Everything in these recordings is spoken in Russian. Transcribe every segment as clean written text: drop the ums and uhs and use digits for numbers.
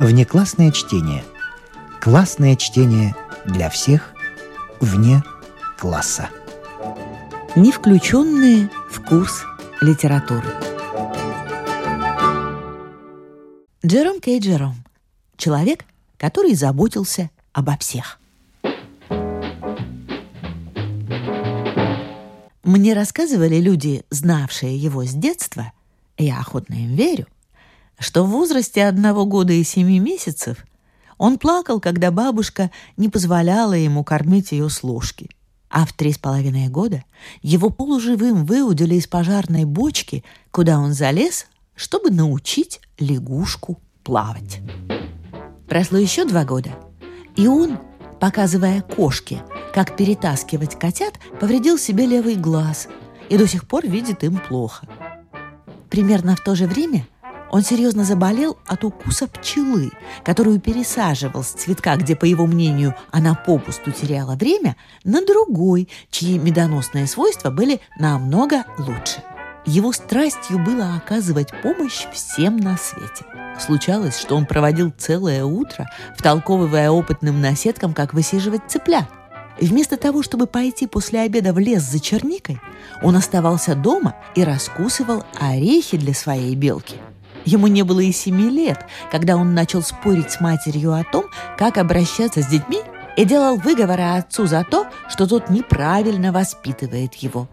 Внеклассное чтение. Классное чтение для всех вне класса. Не включенные в курс литературы. Джером Кей Джером. Человек, который заботился обо всех. Мне рассказывали люди, знавшие его с детства, я охотно им верю, что в возрасте 1 года и 7 месяцев он плакал, когда бабушка не позволяла ему кормить ее с ложки. А в 3,5 года его полуживым выудили из пожарной бочки, куда он залез, чтобы научить лягушку плавать. Прошло еще 2 года, и он, показывая кошке, как перетаскивать котят, повредил себе левый глаз и до сих пор видит им плохо. Примерно в то же время он серьезно заболел от укуса пчелы, которую пересаживал с цветка, где, по его мнению, она попусту теряла время, на другой, чьи медоносные свойства были намного лучше. Его страстью было оказывать помощь всем на свете. Случалось, что он проводил целое утро, втолковывая опытным наседкам, как высиживать цыплят. И вместо того, чтобы пойти после обеда в лес за черникой, он оставался дома и раскусывал орехи для своей белки. Ему не было и 7 лет, когда он начал спорить с матерью о том, как обращаться с детьми, и делал выговоры отцу за то, что тот неправильно воспитывает его.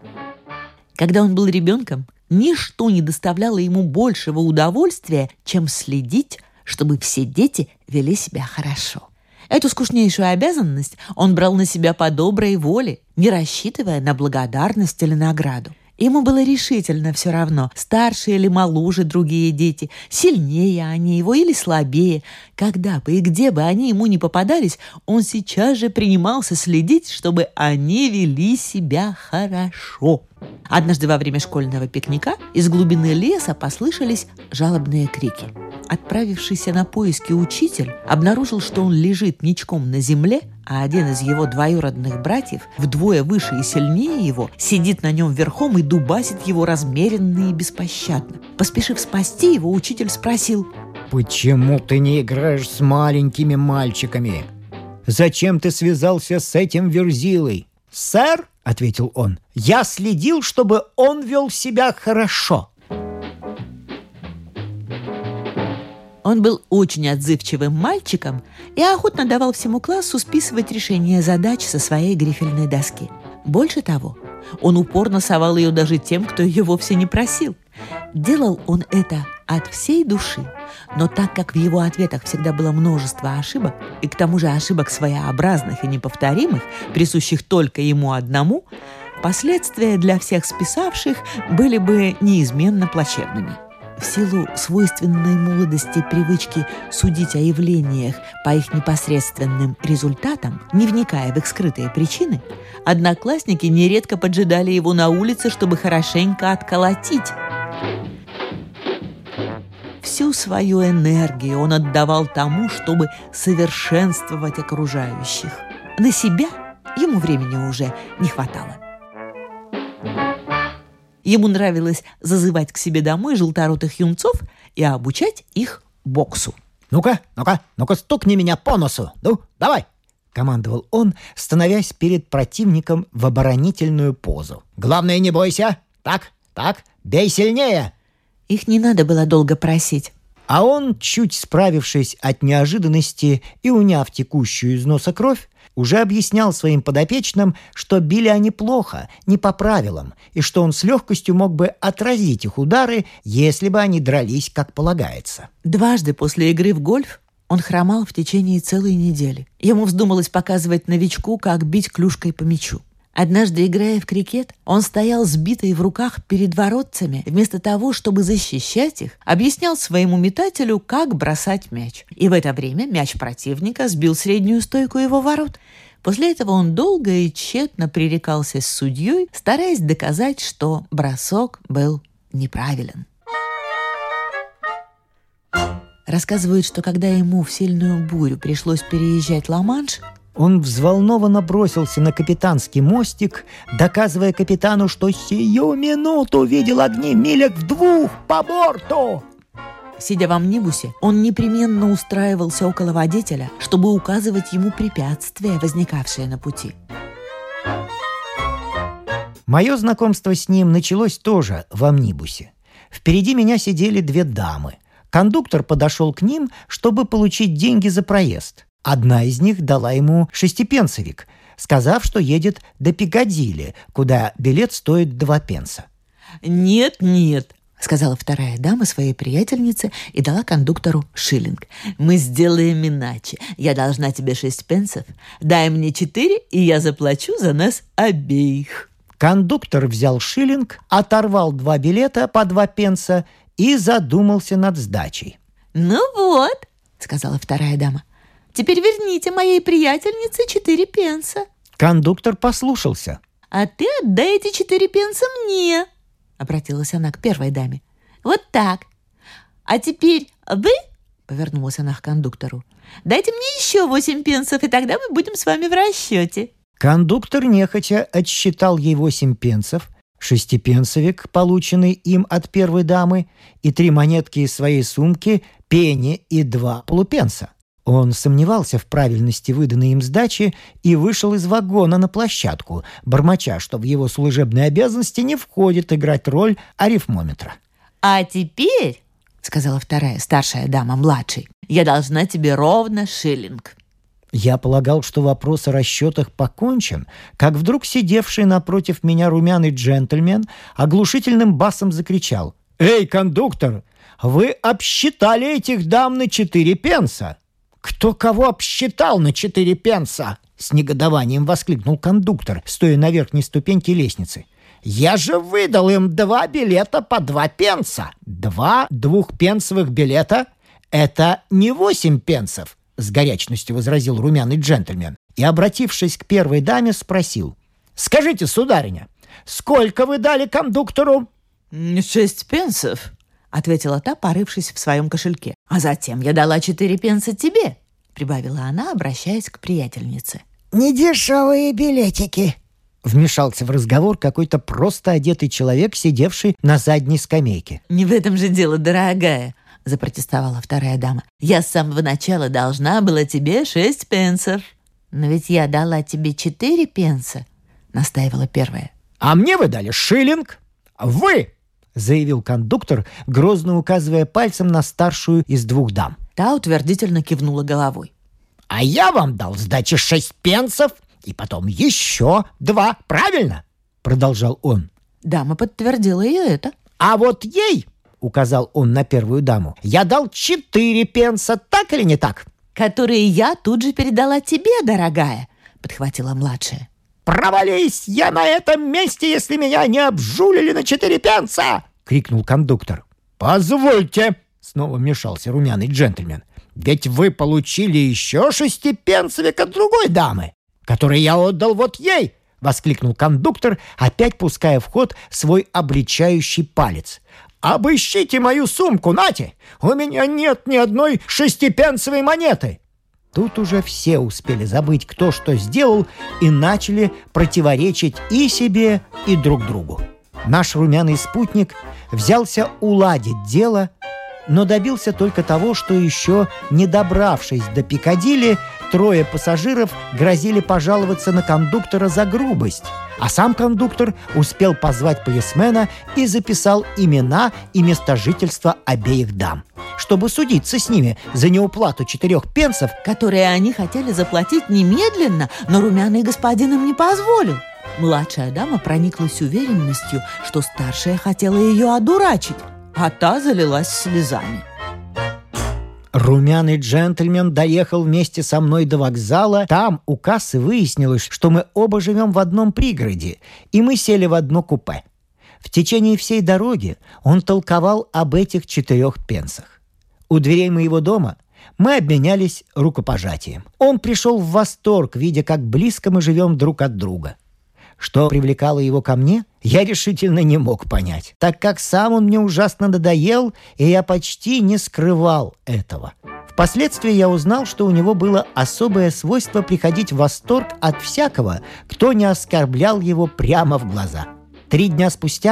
Когда он был ребенком, ничто не доставляло ему большего удовольствия, чем следить, чтобы все дети вели себя хорошо. Эту скучнейшую обязанность он брал на себя по доброй воле, не рассчитывая на благодарность или награду. Ему было решительно все равно, старше или моложе другие дети, сильнее они его или слабее. Когда бы и где бы они ему не попадались, он сейчас же принимался следить, чтобы они вели себя хорошо. Однажды во время школьного пикника из глубины леса послышались жалобные крики. Отправившийся на поиски учитель обнаружил, что он лежит ничком на земле, а один из его двоюродных братьев, вдвое выше и сильнее его, сидит на нем верхом и дубасит его размеренно и беспощадно. Поспешив спасти его, учитель спросил: «Почему ты не играешь с маленькими мальчиками? Зачем ты связался с этим верзилой?» «Сэр», — ответил он, — «я следил, чтобы он вел себя хорошо». Он был очень отзывчивым мальчиком и охотно давал всему классу списывать решения задач со своей грифельной доски. Больше того, он упорно совал ее даже тем, кто ее вовсе не просил. Делал он это от всей души, но так как в его ответах всегда было множество ошибок, и к тому же ошибок своеобразных и неповторимых, присущих только ему одному, последствия для всех списавших были бы неизменно плачевными. В силу свойственной молодости привычки судить о явлениях по их непосредственным результатам, не вникая в их скрытые причины, одноклассники нередко поджидали его на улице, чтобы хорошенько отколотить. Всю свою энергию он отдавал тому, чтобы совершенствовать окружающих. На себя ему времени уже не хватало. Ему нравилось зазывать к себе домой желторотых юнцов и обучать их боксу. «Ну-ка, стукни меня по носу! Ну, давай!» — командовал он, становясь перед противником в оборонительную позу. «Главное, не бойся! Так, бей сильнее!» Их не надо было долго просить. А он, чуть справившись от неожиданности и уняв текущую из носа кровь, уже объяснял своим подопечным, что били они плохо, не по правилам, и что он с легкостью мог бы отразить их удары, если бы они дрались как полагается. Дважды после игры в гольф он хромал в течение целой недели. Ему вздумалось показывать новичку, как бить клюшкой по мячу. Однажды, играя в крикет, он стоял сбитый в руках перед воротцами. Вместо того, чтобы защищать их, объяснял своему метателю, как бросать мяч. И в это время мяч противника сбил среднюю стойку его ворот. После этого он долго и тщетно пререкался с судьей, стараясь доказать, что бросок был неправилен. Рассказывают, что когда ему в сильную бурю пришлось переезжать Ла-Манш, он взволнованно бросился на капитанский мостик, доказывая капитану, что сию минуту видел огни милях в 2 по борту. Сидя в амнибусе, он непременно устраивался около водителя, чтобы указывать ему препятствия, возникавшие на пути. Мое знакомство с ним началось тоже в амнибусе. Впереди меня сидели две дамы. Кондуктор подошел к ним, чтобы получить деньги за проезд. Одна из них дала ему шестипенсовик, сказав, что едет до Пикадилли, куда билет стоит 2 пенса. «Нет, — сказала вторая дама своей приятельнице и дала кондуктору шиллинг. «Мы сделаем иначе. Я должна тебе 6 пенсов. Дай мне 4, и я заплачу за нас обеих». Кондуктор взял шиллинг, оторвал 2 билета по 2 пенса и задумался над сдачей. «Ну вот, — сказала вторая дама, — теперь верните моей приятельнице 4 пенса». Кондуктор послушался. «А ты отдай эти 4 пенса мне», — обратилась она к первой даме. «Вот так. А теперь вы, — повернулась она к кондуктору, — дайте мне еще 8 пенсов, и тогда мы будем с вами в расчете». Кондуктор нехотя отсчитал ей 8 пенсов, шестипенсовик, полученный им от первой дамы, и 3 монетки из своей сумки, пенни и 2 полупенса. Он сомневался в правильности выданной им сдачи и вышел из вагона на площадку, бормоча, что в его служебные обязанности не входит играть роль арифмометра. «А теперь, — сказала вторая старшая дама младшей, — я должна тебе ровно шиллинг». Я полагал, что вопрос о расчетах покончен, как вдруг сидевший напротив меня румяный джентльмен оглушительным басом закричал: «Эй, кондуктор, вы обсчитали этих дам на 4 пенса!» «Кто кого обсчитал на 4 пенса?» — с негодованием воскликнул кондуктор, стоя на верхней ступеньке лестницы. «Я же выдал им 2 билета по 2 пенса. 2 двухпенсовых билета — это не 8 пенсов», — с горячностью возразил румяный джентльмен. И, обратившись к первой даме, спросил: «Скажите, сударыня, сколько вы дали кондуктору?» 6 пенсов, — ответила та, порывшись в своем кошельке. «А затем я дала 4 пенса тебе», — прибавила она, обращаясь к приятельнице. «Недешевые билетики», — вмешался в разговор какой-то просто одетый человек, сидевший на задней скамейке. «Не в этом же дело, дорогая», — запротестовала вторая дама. «Я с самого начала должна была тебе 6 пенсов». «Но ведь я дала тебе 4 пенса», — настаивала первая. «А мне вы дали шиллинг. Вы!» — заявил кондуктор, грозно указывая пальцем на старшую из 2 дам. Та утвердительно кивнула головой. «А я вам дал сдачи 6 пенсов и потом еще 2, правильно?» — продолжал он. Дама подтвердила и это. «А вот ей, — указал он на первую даму, — я дал 4 пенса, так или не так?» «Которые я тут же передала тебе, дорогая», — подхватила младшая. «Провались я на этом месте, если меня не обжулили на 4 пенса!» — крикнул кондуктор. «Позвольте!» — снова вмешался румяный джентльмен. «Ведь вы получили еще 6-пенсовик от другой дамы, который я отдал вот ей!» — воскликнул кондуктор, опять пуская в ход свой обличающий палец. «Обыщите мою сумку, нате! У меня нет ни одной 6-пенсовой монеты!» Тут уже все успели забыть, кто что сделал, и начали противоречить и себе, и друг другу. Наш румяный спутник взялся уладить дело, но добился только того, что еще не добравшись до Пикадилли, 3 пассажиров грозили пожаловаться на кондуктора за грубость, а сам кондуктор успел позвать полисмена и записал имена и место жительства обеих дам, чтобы судиться с ними за неуплату 4 пенсов, которые они хотели заплатить немедленно, но румяный господин им не позволил. Младшая дама прониклась уверенностью, что старшая хотела ее одурачить, а та залилась слезами. Румяный джентльмен доехал вместе со мной до вокзала. Там у кассы выяснилось, что мы оба живем в одном пригороде, и мы сели в одно купе. В течение всей дороги он толковал об этих 4 пенсах. У дверей моего дома мы обменялись рукопожатием. Он пришел в восторг, видя, как близко мы живем друг от друга. Что привлекало его ко мне, я решительно не мог понять, так как сам он мне ужасно надоел, и я почти не скрывал этого. Впоследствии я узнал, что у него было особое свойство приходить в восторг от всякого, кто не оскорблял его прямо в глаза. 3 дня спустя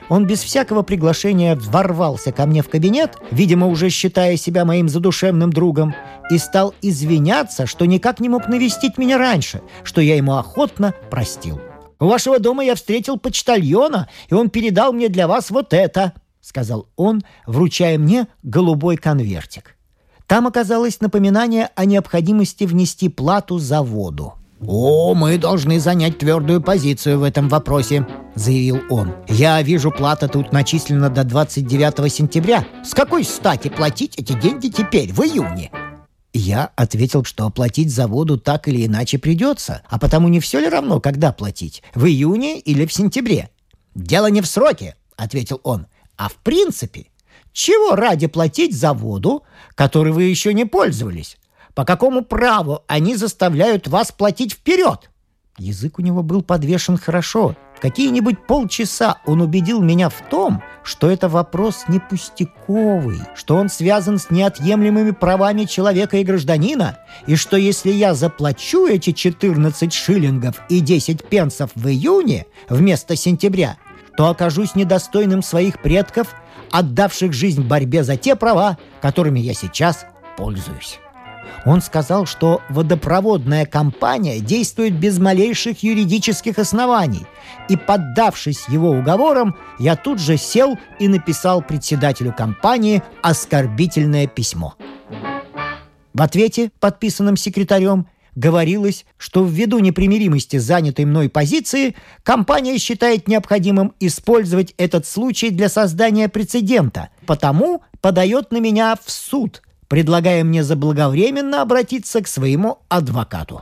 он без всякого приглашения ворвался ко мне в кабинет, видимо, уже считая себя моим задушевным другом, и стал извиняться, что никак не мог навестить меня раньше, что я ему охотно простил. «У вашего дома я встретил почтальона, и он передал мне для вас вот это», — сказал он, вручая мне голубой конвертик. Там оказалось напоминание о необходимости внести плату за воду. «О, мы должны занять твердую позицию в этом вопросе», — заявил он. «Я вижу, плата тут начислена до 29 сентября. С какой стати платить эти деньги теперь, в июне?» Я ответил, что платить за воду так или иначе придется, а потому не все ли равно, когда платить, в июне или в сентябре? «Дело не в сроке», — ответил он, — «а в принципе. Чего ради платить за воду, которой вы еще не пользовались? По какому праву они заставляют вас платить вперед?» Язык у него был подвешен хорошо. В какие-нибудь полчаса он убедил меня в том, что это вопрос не пустяковый, что он связан с неотъемлемыми правами человека и гражданина, и что если я заплачу эти 14 шиллингов и 10 пенсов в июне вместо сентября, то окажусь недостойным своих предков, отдавших жизнь борьбе за те права, которыми я сейчас пользуюсь. Он сказал, что водопроводная компания действует без малейших юридических оснований, и, поддавшись его уговорам, я тут же сел и написал председателю компании оскорбительное письмо. В ответе, подписанном секретарем, говорилось, что ввиду непримиримости занятой мной позиции компания считает необходимым использовать этот случай для создания прецедента, потому подает на меня в суд, предлагая мне заблаговременно обратиться к своему адвокату.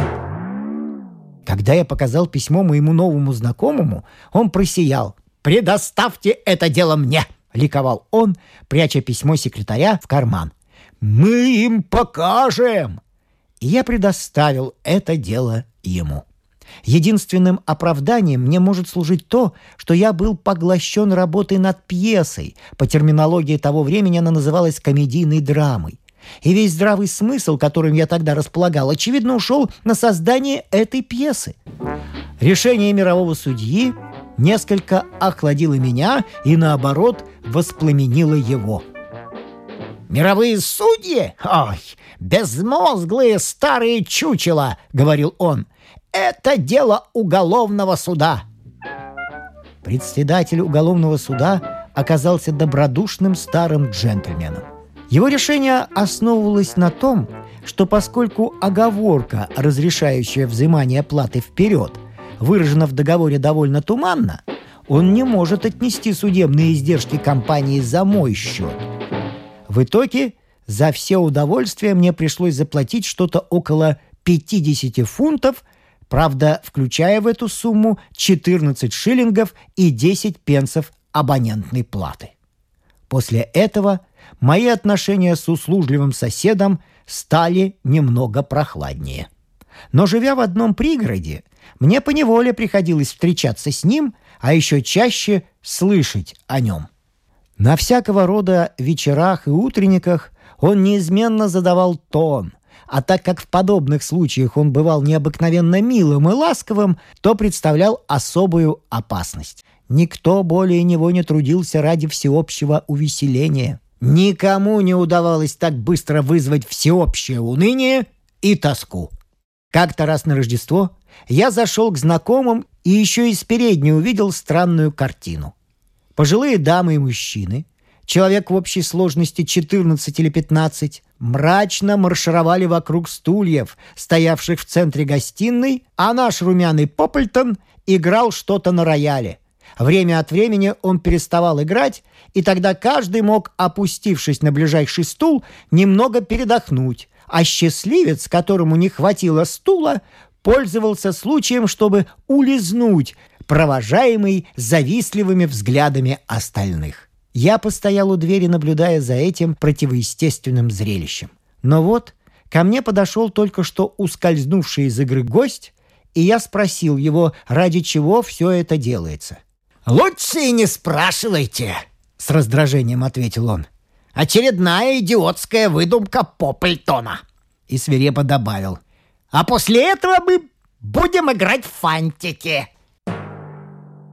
Когда я показал письмо моему новому знакомому, он просиял. «Предоставьте это дело мне!» — ликовал он, пряча письмо секретаря в карман. «Мы им покажем!» И я предоставил это дело ему. Единственным оправданием мне может служить то, что я был поглощен работой над пьесой. По терминологии того времени она называлась комедийной драмой. И весь здравый смысл, которым я тогда располагал, очевидно, ушел на создание этой пьесы. Решение мирового судьи несколько охладило меня и, наоборот, воспламенило его. «Мировые судьи? Ой, безмозглые старые чучела!» — говорил он. «Это дело уголовного суда». Председатель уголовного суда оказался добродушным старым джентльменом. Его решение основывалось на том, что поскольку оговорка, разрешающая взимание платы вперед, выражена в договоре довольно туманно, он не может отнести судебные издержки компании за мой счет. В итоге за все удовольствия мне пришлось заплатить что-то около 50 фунтов, правда, включая в эту сумму 14 шиллингов и 10 пенсов абонентной платы. После этого мои отношения с услужливым соседом стали немного прохладнее. Но, живя в одном пригороде, мне поневоле приходилось встречаться с ним, а еще чаще слышать о нем. На всякого рода вечерах и утренниках он неизменно задавал тон, а так как в подобных случаях он бывал необыкновенно милым и ласковым, то представлял особую опасность. Никто более него не трудился ради всеобщего увеселения. Никому не удавалось так быстро вызвать всеобщее уныние и тоску. Как-то раз на Рождество я зашел к знакомым и еще из передней увидел странную картину. Пожилые дамы и мужчины, человек в общей сложности 14 или 15, мрачно маршировали вокруг стульев, стоявших в центре гостиной, а наш румяный Попплтон играл что-то на рояле. Время от времени он переставал играть, и тогда каждый мог, опустившись на ближайший стул, немного передохнуть, а счастливец, которому не хватило стула, пользовался случаем, чтобы улизнуть, провожаемый завистливыми взглядами остальных. Я постоял у двери, наблюдая за этим противоестественным зрелищем. Но вот ко мне подошел только что ускользнувший из игры гость, и я спросил его, ради чего все это делается. «Лучше и не спрашивайте», — с раздражением ответил он. «Очередная идиотская выдумка Попплтона». И свирепо добавил: «А после этого мы будем играть в фантики».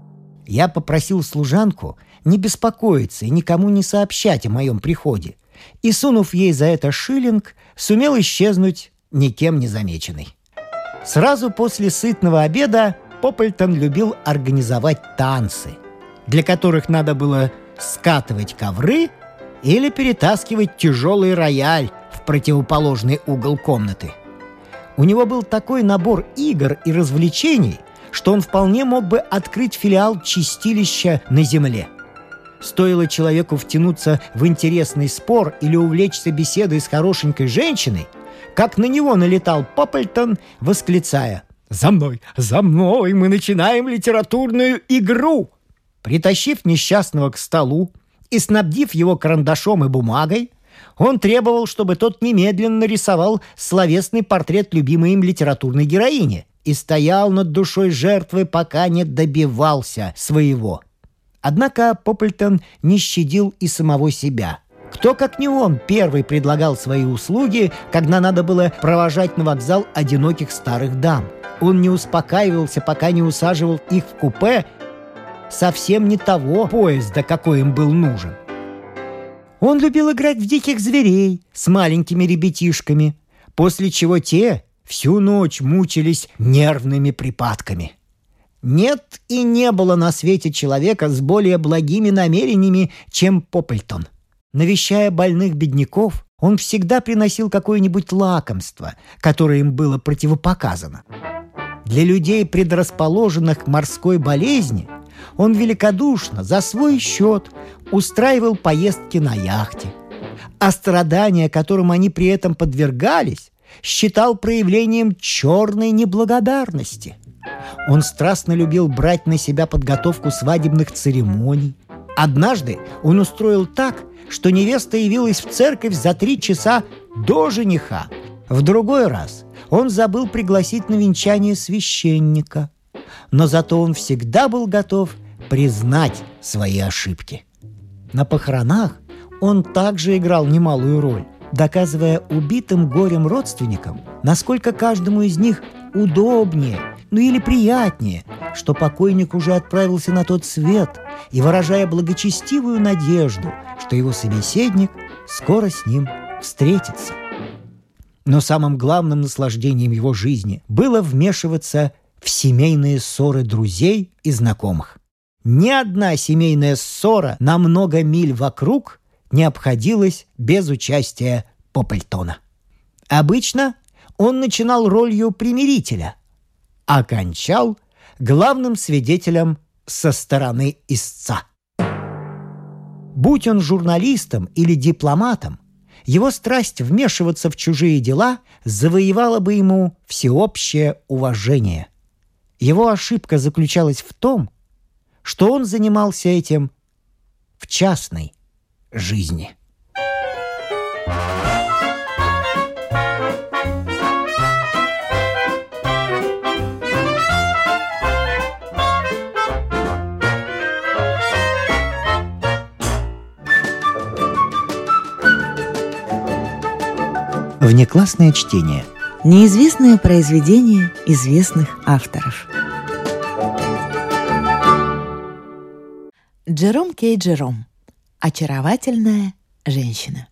Я попросил служанку не беспокоиться и никому не сообщать о моем приходе, и, сунув ей за это шиллинг, сумел исчезнуть никем не замеченный. Сразу после сытного обеда Попплтон любил организовать танцы, для которых надо было скатывать ковры или перетаскивать тяжелый рояль в противоположный угол комнаты. У него был такой набор игр и развлечений, что он вполне мог бы открыть филиал чистилища на земле. Стоило человеку втянуться в интересный спор или увлечься беседой с хорошенькой женщиной, как на него налетал Попплтон, восклицая: «За мной, мы начинаем литературную игру!» Притащив несчастного к столу и снабдив его карандашом и бумагой, он требовал, чтобы тот немедленно рисовал словесный портрет любимой им литературной героини и стоял над душой жертвы, пока не добивался своего. Однако Попплтон не щадил и самого себя. Кто, как не он, первый предлагал свои услуги, когда надо было провожать на вокзал одиноких старых дам. Он не успокаивался, пока не усаживал их в купе совсем не того поезда, какой им был нужен. Он любил играть в диких зверей с маленькими ребятишками, после чего те всю ночь мучились нервными припадками. Нет и не было на свете человека с более благими намерениями, чем Попплтон. Навещая больных бедняков, он всегда приносил какое-нибудь лакомство, которое им было противопоказано. Для людей, предрасположенных к морской болезни, он великодушно за свой счет устраивал поездки на яхте. А страдания, которым они при этом подвергались, считал проявлением черной неблагодарности. Он страстно любил брать на себя подготовку свадебных церемоний. Однажды он устроил так, что невеста явилась в церковь за 3 часа до жениха. В другой раз он забыл пригласить на венчание священника. Но зато он всегда был готов признать свои ошибки. На похоронах он также играл немалую роль, доказывая убитым горем родственникам, насколько каждому из них удобнее, или приятнее, что покойник уже отправился на тот свет, и выражая благочестивую надежду, что его собеседник скоро с ним встретится. Но самым главным наслаждением его жизни было вмешиваться в семейные ссоры друзей и знакомых. Ни одна семейная ссора на много миль вокруг не обходилась без участия Попплтона. Обычно он начинал ролью примирителя, а кончал главным свидетелем со стороны истца. Будь он журналистом или дипломатом, его страсть вмешиваться в чужие дела завоевала бы ему всеобщее уважение. Его ошибка заключалась в том, что он занимался этим в частной жизни. Внеклассное чтение. Неизвестное произведение известных авторов. Джером Кей Джером. Очаровательная женщина.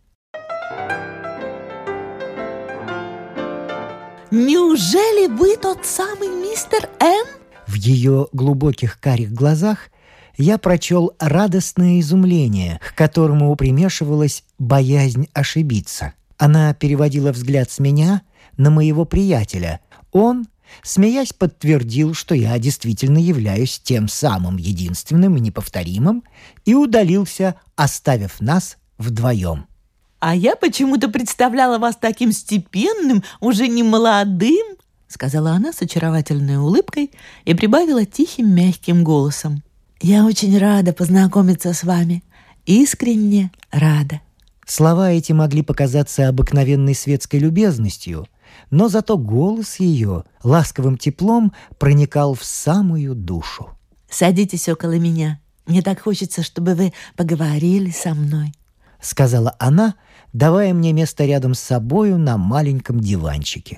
Неужели вы тот самый мистер Н? В ее глубоких карих глазах я прочел радостное изумление, к которому примешивалась боязнь ошибиться. Она переводила взгляд с меня на моего приятеля. Он, смеясь, подтвердил, что я действительно являюсь тем самым единственным и неповторимым, и удалился, оставив нас вдвоем. «А я почему-то представляла вас таким степенным, уже не молодым», сказала она с очаровательной улыбкой и прибавила тихим, мягким голосом. «Я очень рада познакомиться с вами. Искренне рада». Слова эти могли показаться обыкновенной светской любезностью, но зато голос ее ласковым теплом проникал в самую душу. «Садитесь около меня. Мне так хочется, чтобы вы поговорили со мной», сказала она, давая мне место рядом с собою на маленьком диванчике.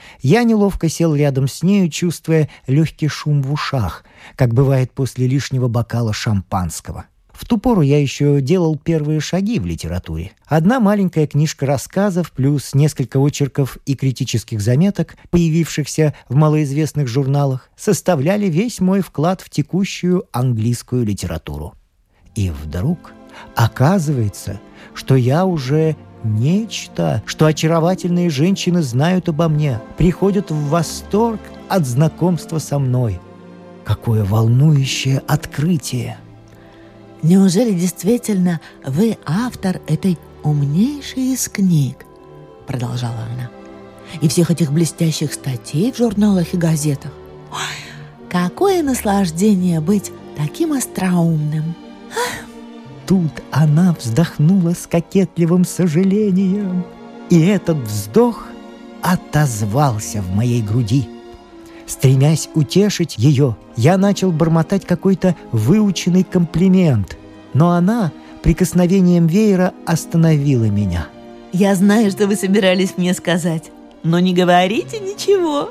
Я неловко сел рядом с нею, чувствуя легкий шум в ушах, как бывает после лишнего бокала шампанского. В ту пору я еще делал первые шаги в литературе. Одна маленькая книжка рассказов плюс несколько очерков и критических заметок, появившихся в малоизвестных журналах, составляли весь мой вклад в текущую английскую литературу. И вдруг оказывается, что я уже нечто, что очаровательные женщины знают обо мне, приходят в восторг от знакомства со мной. Какое волнующее открытие! «Неужели действительно вы автор этой умнейшей из книг?» — продолжала она. «И всех этих блестящих статей в журналах и газетах? Ой, какое наслаждение быть таким остроумным!» Тут она вздохнула с кокетливым сожалением, и этот вздох отозвался в моей груди. Стремясь утешить ее, я начал бормотать какой-то выученный комплимент, но она прикосновением веера остановила меня. «Я знаю, что вы собирались мне сказать, но не говорите ничего.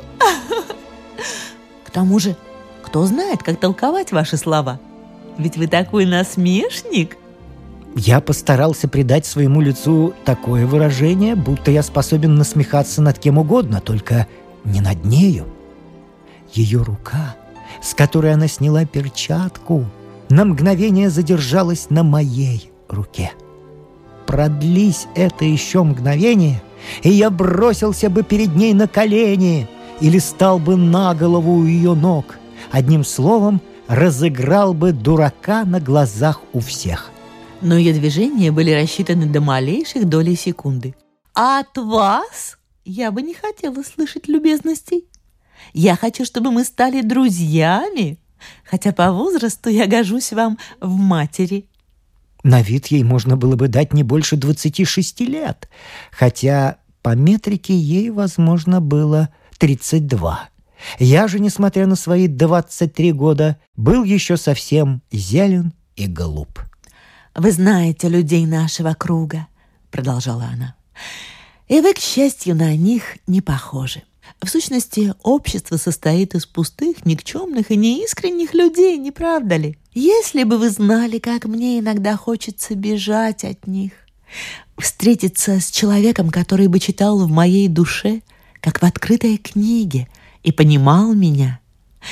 К тому же, кто знает, как толковать ваши слова? Ведь вы такой насмешник!» Я постарался придать своему лицу такое выражение, будто я способен насмехаться над кем угодно, только не над нею. Ее рука, с которой она сняла перчатку, на мгновение задержалась на моей руке. Продлись это еще мгновение, и я бросился бы перед ней на колени или стал бы на голову у ее ног. Одним словом, разыграл бы дурака на глазах у всех. Но ее движения были рассчитаны до малейших долей секунды. А от вас я бы не хотела слышать любезностей. Я хочу, чтобы мы стали друзьями, хотя по возрасту я гожусь вам в матери». На вид ей можно было бы дать не больше 26 лет, хотя по метрике ей, возможно, было 32. Я же, несмотря на свои 23 года, был еще совсем зелен и глуп. «Вы знаете людей нашего круга», — продолжала она, — «и вы, к счастью, на них не похожи. В сущности, общество состоит из пустых, никчемных и неискренних людей, не правда ли? Если бы вы знали, как мне иногда хочется бежать от них, встретиться с человеком, который бы читал в моей душе, как в открытой книге, и понимал меня.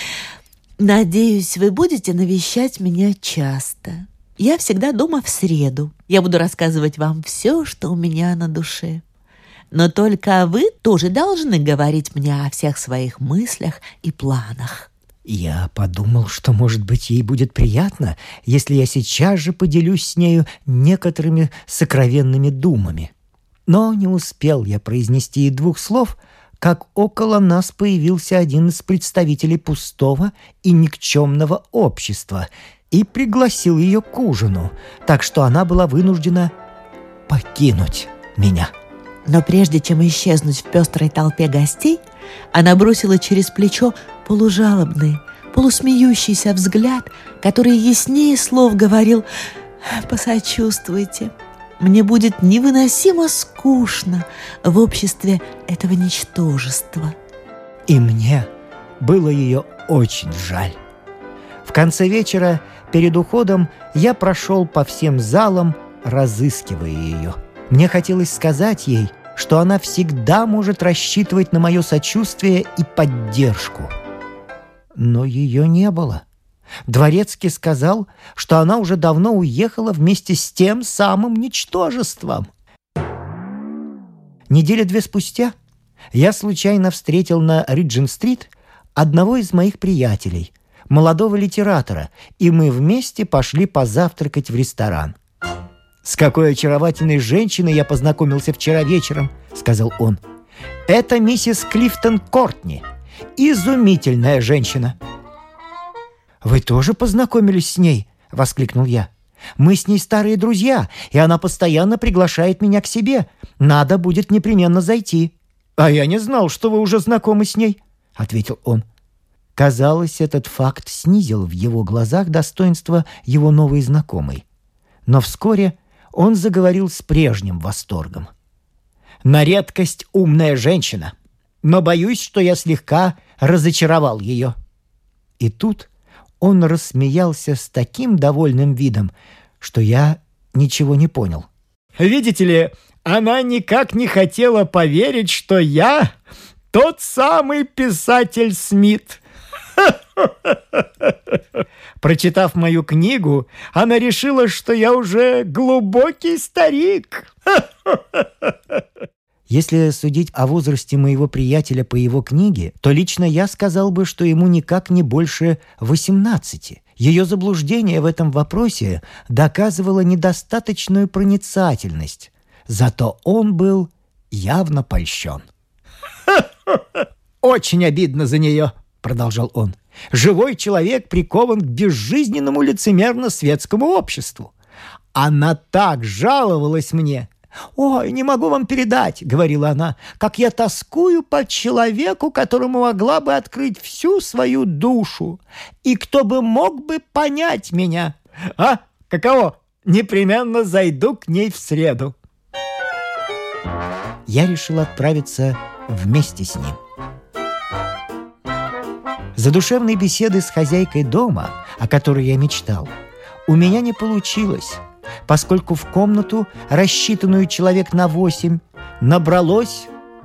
Надеюсь, вы будете навещать меня часто. Я всегда дома в среду. Я буду рассказывать вам все, что у меня на душе. Но только вы тоже должны говорить мне о всех своих мыслях и планах». Я подумал, что, может быть, ей будет приятно, если я сейчас же поделюсь с нею некоторыми сокровенными думами. Но не успел я произнести и двух слов, как около нас появился один из представителей пустого и никчемного общества и пригласил ее к ужину, так что она была вынуждена покинуть меня. Но прежде чем исчезнуть в пестрой толпе гостей, она бросила через плечо полужалобный, полусмеющийся взгляд, который яснее слов говорил: «Посочувствуйте, мне будет невыносимо скучно в обществе этого ничтожества». И мне было ее очень жаль. В конце вечера, перед уходом, я прошел по всем залам, разыскивая ее. Мне хотелось сказать ей, что она всегда может рассчитывать на мое сочувствие и поддержку. Но ее не было. Дворецкий сказал, что она уже давно уехала вместе с тем самым ничтожеством. Недели 2 спустя я случайно встретил на Риджент-стрит одного из моих приятелей, молодого литератора, и мы вместе пошли позавтракать в ресторан. «С какой очаровательной женщиной я познакомился вчера вечером», — сказал он. «Это миссис Клифтон Кортни. Изумительная женщина». «Вы тоже познакомились с ней?» — воскликнул я. «Мы с ней старые друзья, и она постоянно приглашает меня к себе. Надо будет непременно зайти». «А я не знал, что вы уже знакомы с ней», — ответил он. Казалось, этот факт снизил в его глазах достоинство его новой знакомой. Но вскоре он заговорил с прежним восторгом. «На редкость умная женщина. но боюсь, что я слегка разочаровал ее». И тут он рассмеялся с таким довольным видом, что я ничего не понял. «Видите ли, она никак не хотела поверить, что я тот самый писатель Смит. Прочитав мою книгу, она решила, что я уже глубокий старик». Если судить о возрасте моего приятеля по его книге, то лично я сказал бы, что ему никак не больше 18. Ее заблуждение в этом вопросе доказывало недостаточную проницательность. Зато он был явно польщен. «Очень обидно за нее», — продолжал он. «Живой человек прикован к безжизненному лицемерно-светскому обществу. Она так жаловалась мне. «Ой, не могу вам передать», — говорила она, «как я тоскую по человеку, которому могла бы открыть всю свою душу, и кто бы мог бы понять меня. А, каково? Непременно зайду к ней в среду». Я решил отправиться вместе с ним. Задушевной беседы с хозяйкой дома, о которой я мечтал, у меня не получилось, поскольку в комнату, рассчитанную человек на 8, набралось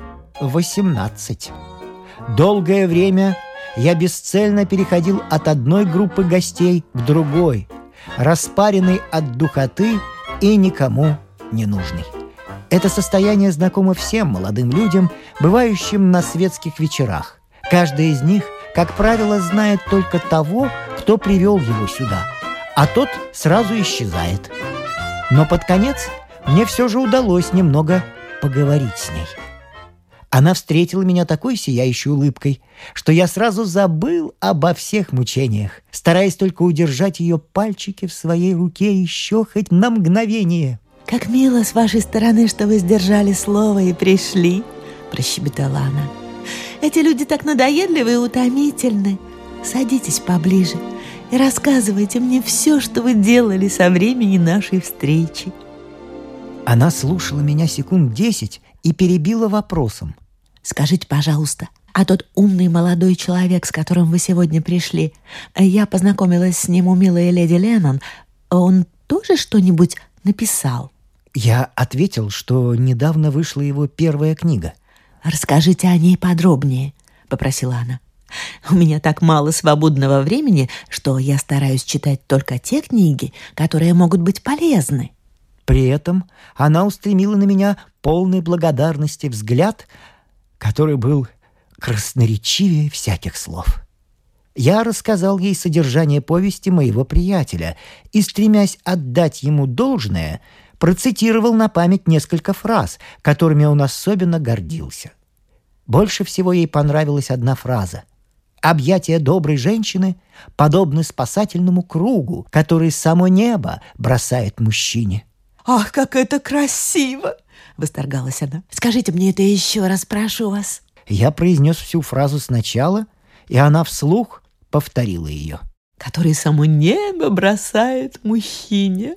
18. Долгое время я бесцельно переходил от одной группы гостей к другой, распаренный от духоты и никому не нужный. Это состояние знакомо всем молодым людям, бывающим на светских вечерах. Каждый из них, как правило, знает только того, кто привел его сюда, а тот сразу исчезает. Но под конец мне все же удалось немного поговорить с ней. Она встретила меня такой сияющей улыбкой, что я сразу забыл обо всех мучениях, стараясь только удержать ее пальчики в своей руке еще хоть на мгновение. «Как мило с вашей стороны, что вы сдержали слово и пришли», – прощебетала она. «Эти люди так надоедливы и утомительны. Садитесь поближе и рассказывайте мне все, что вы делали со времени нашей встречи». Она слушала меня секунд 10 и перебила вопросом. «Скажите, пожалуйста, а тот умный молодой человек, с которым вы сегодня пришли, я познакомилась с ним у милой леди Леннон, он тоже что-нибудь написал?» Я ответил, что недавно вышла его первая книга. «Расскажите о ней подробнее», — попросила она. «У меня так мало свободного времени, что я стараюсь читать только те книги, которые могут быть полезны». При этом она устремила на меня полный благодарности взгляд, который был красноречивее всяких слов. Я рассказал ей содержание повести моего приятеля и, стремясь отдать ему должное, процитировал на память несколько фраз, которыми он особенно гордился. Больше всего ей понравилась одна фраза: «Объятия доброй женщины подобны спасательному кругу, который само небо бросает мужчине». «Ах, как это красиво!» — восторгалась она. «Скажите мне это еще раз, прошу вас». Я произнес всю фразу сначала, и она вслух повторила ее. «Который само небо бросает мужчине».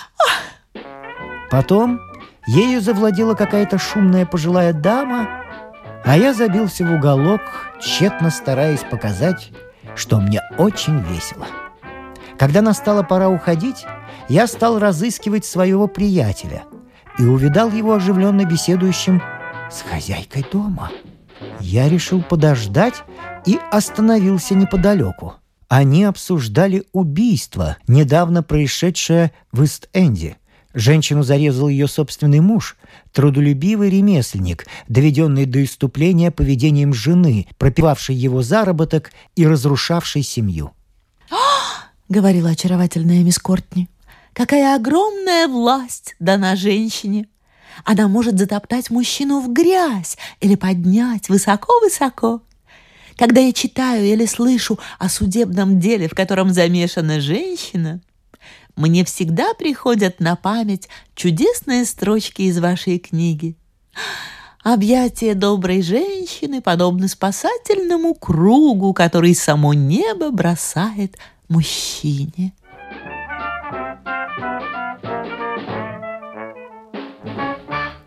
Потом ею завладела какая-то шумная пожилая дама, а я забился в уголок, тщетно стараясь показать, что мне очень весело. Когда настала пора уходить, я стал разыскивать своего приятеля и увидал его оживленно беседующим с хозяйкой дома. Я решил подождать и остановился неподалеку. Они обсуждали убийство, недавно происшедшее в Ист-Энде. Женщину зарезал ее собственный муж, трудолюбивый ремесленник, доведенный до исступления поведением жены, пропивавшей его заработок и разрушавшей семью. — говорила очаровательная мисс Кортни. «Какая огромная власть дана женщине! Она может затоптать мужчину в грязь или поднять высоко-высоко. Когда я читаю или слышу о судебном деле, в котором замешана женщина, мне всегда приходят на память чудесные строчки из вашей книги. Объятия доброй женщины подобны спасательному кругу, который само небо бросает мужчине».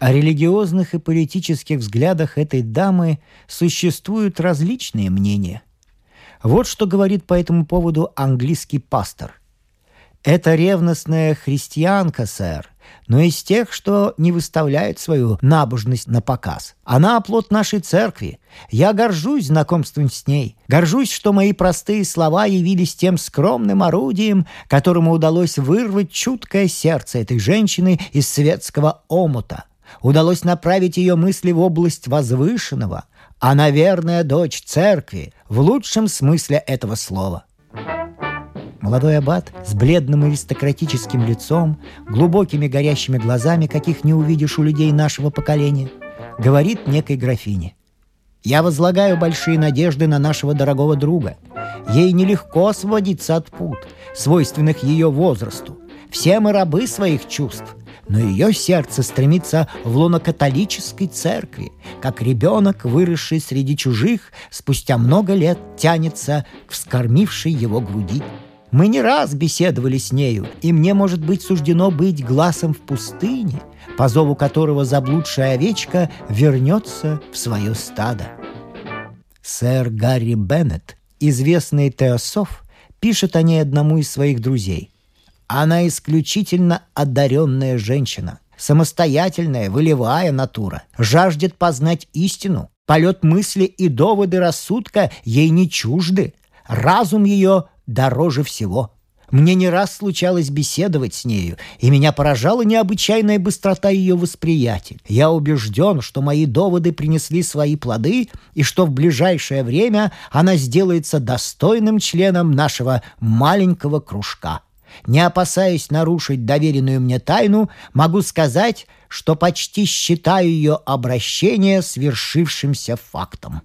О религиозных и политических взглядах этой дамы существуют различные мнения. Вот что говорит по этому поводу английский пастор. «Это ревностная христианка, сэр, но из тех, что не выставляют свою набожность на показ. Она оплот нашей церкви. Я горжусь знакомством с ней. Горжусь, что мои простые слова явились тем скромным орудием, которому удалось вырвать чуткое сердце этой женщины из светского омута. Удалось направить ее мысли в область возвышенного. Она верная дочь церкви, в лучшем смысле этого слова». Молодой аббат с бледным аристократическим лицом, глубокими горящими глазами, каких не увидишь у людей нашего поколения, говорит некой графине: «Я возлагаю большие надежды на нашего дорогого друга. Ей нелегко освободиться от пут, свойственных ее возрасту. Все мы рабы своих чувств, но ее сердце стремится в лоно католической церкви, как ребенок, выросший среди чужих, спустя много лет тянется к вскормившей его груди. Мы не раз беседовали с нею, и мне, может быть, суждено быть гласом в пустыне, по зову которого заблудшая овечка вернется в свое стадо». Сэр Гарри Беннет, известный теософ, пишет о ней одному из своих друзей: «Она исключительно одаренная женщина, самостоятельная, волевая натура, жаждет познать истину, полет мысли и доводы рассудка ей не чужды, разум ее дороже всего. Мне не раз случалось беседовать с нею, и меня поражала необычайная быстрота ее восприятия. Я убежден, что мои доводы принесли свои плоды, и что в ближайшее время она сделается достойным членом нашего маленького кружка. Не опасаясь нарушить доверенную мне тайну, могу сказать, что почти считаю ее обращение свершившимся фактом».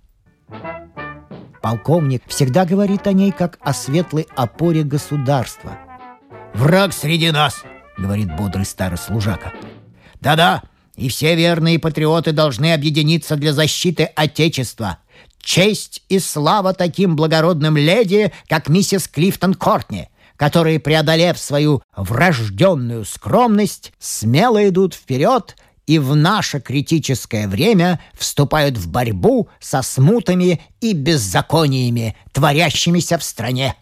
Полковник всегда говорит о ней как о светлой опоре государства. «Враг среди нас», — говорит бодрый старый служака. «Да-да, и все верные патриоты должны объединиться для защиты Отечества. Честь и слава таким благородным леди, как миссис Клифтон Кортни, которые, преодолев свою врожденную скромность, смело идут вперед и в наше критическое время вступают в борьбу со смутами и беззакониями, творящимися в стране».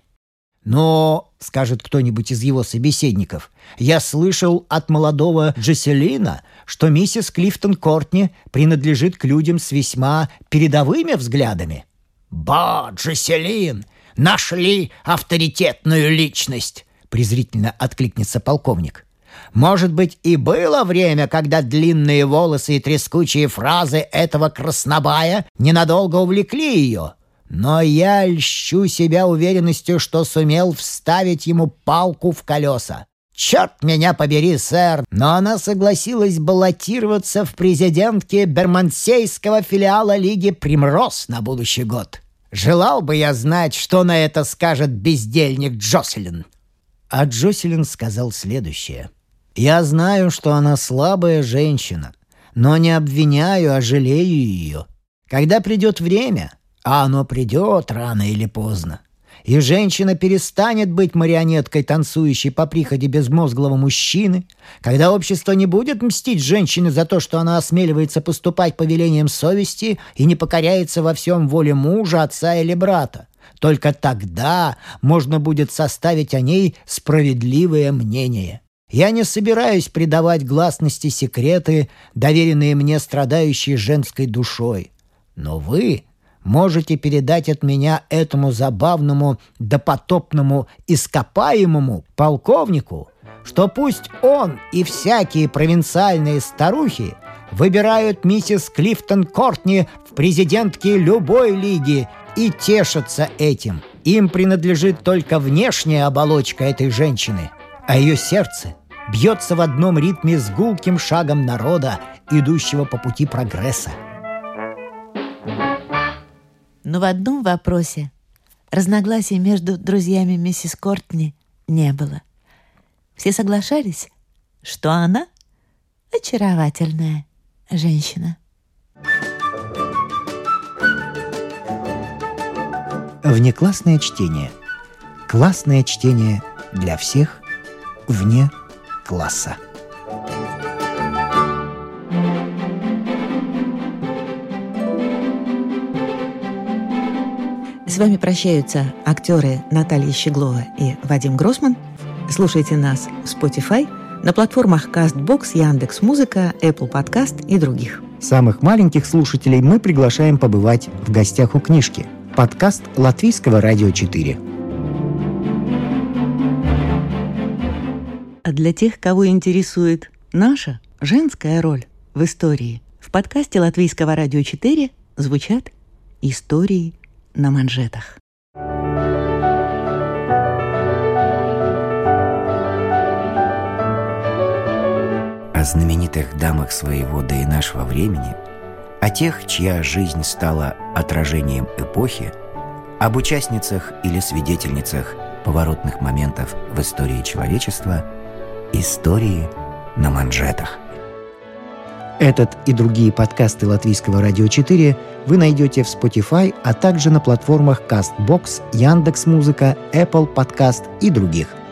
«Но, — скажет кто-нибудь из его собеседников, — я слышал от молодого Джесселина, что миссис Клифтон Кортни принадлежит к людям с весьма передовыми взглядами». «Ба, Джесселин! Нашли авторитетную личность!» — презрительно откликнется полковник. «Может быть, и было время, когда длинные волосы и трескучие фразы этого краснобая ненадолго увлекли ее. Но я льщу себя уверенностью, что сумел вставить ему палку в колеса. Черт меня побери, сэр, но она согласилась баллотироваться в президентке бермонсейского филиала Лиги Примроз на будущий год. Желал бы я знать, что на это скажет бездельник Джоселин». А Джоселин сказал следующее: «Я знаю, что она слабая женщина, но не обвиняю, а жалею ее. Когда придет время, а оно придет рано или поздно, и женщина перестанет быть марионеткой, танцующей по прихоти безмозглого мужчины, когда общество не будет мстить женщине за то, что она осмеливается поступать по велениям совести и не покоряется во всем воле мужа, отца или брата, только тогда можно будет составить о ней справедливое мнение. Я не собираюсь придавать гласности секреты, доверенные мне страдающей женской душой. Но вы можете передать от меня этому забавному допотопному ископаемому полковнику, что пусть он и всякие провинциальные старухи выбирают миссис Клифтон Кортни в президентке любой лиги и тешатся этим. Им принадлежит только внешняя оболочка этой женщины, а ее сердце бьется в одном ритме с гулким шагом народа, идущего по пути прогресса». Но в одном вопросе разногласий между друзьями миссис Кортни не было. Все соглашались, что она очаровательная женщина. Внеклассное чтение. Классное чтение для всех вне класса. с вами прощаются актеры Наталья Щеглова и Вадим Гроссман. Слушайте нас в Spotify, на платформах CastBox, Яндекс.Музыка, Apple Podcast и других. Самых маленьких слушателей мы приглашаем побывать в гостях у книжки. Подкаст Латвийского радио 4. А для тех, кого интересует наша женская роль в истории, в подкасте Латвийского радио 4 звучат истории на манжетах. О знаменитых дамах своего да и нашего времени, о тех, чья жизнь стала отражением эпохи, об участницах или свидетельницах поворотных моментов в истории человечества, истории на манжетах. Этот и другие подкасты Латвийского радио 4 вы найдете в Spotify, а также на платформах CastBox, Яндекс.Музыка, Apple Podcast и других.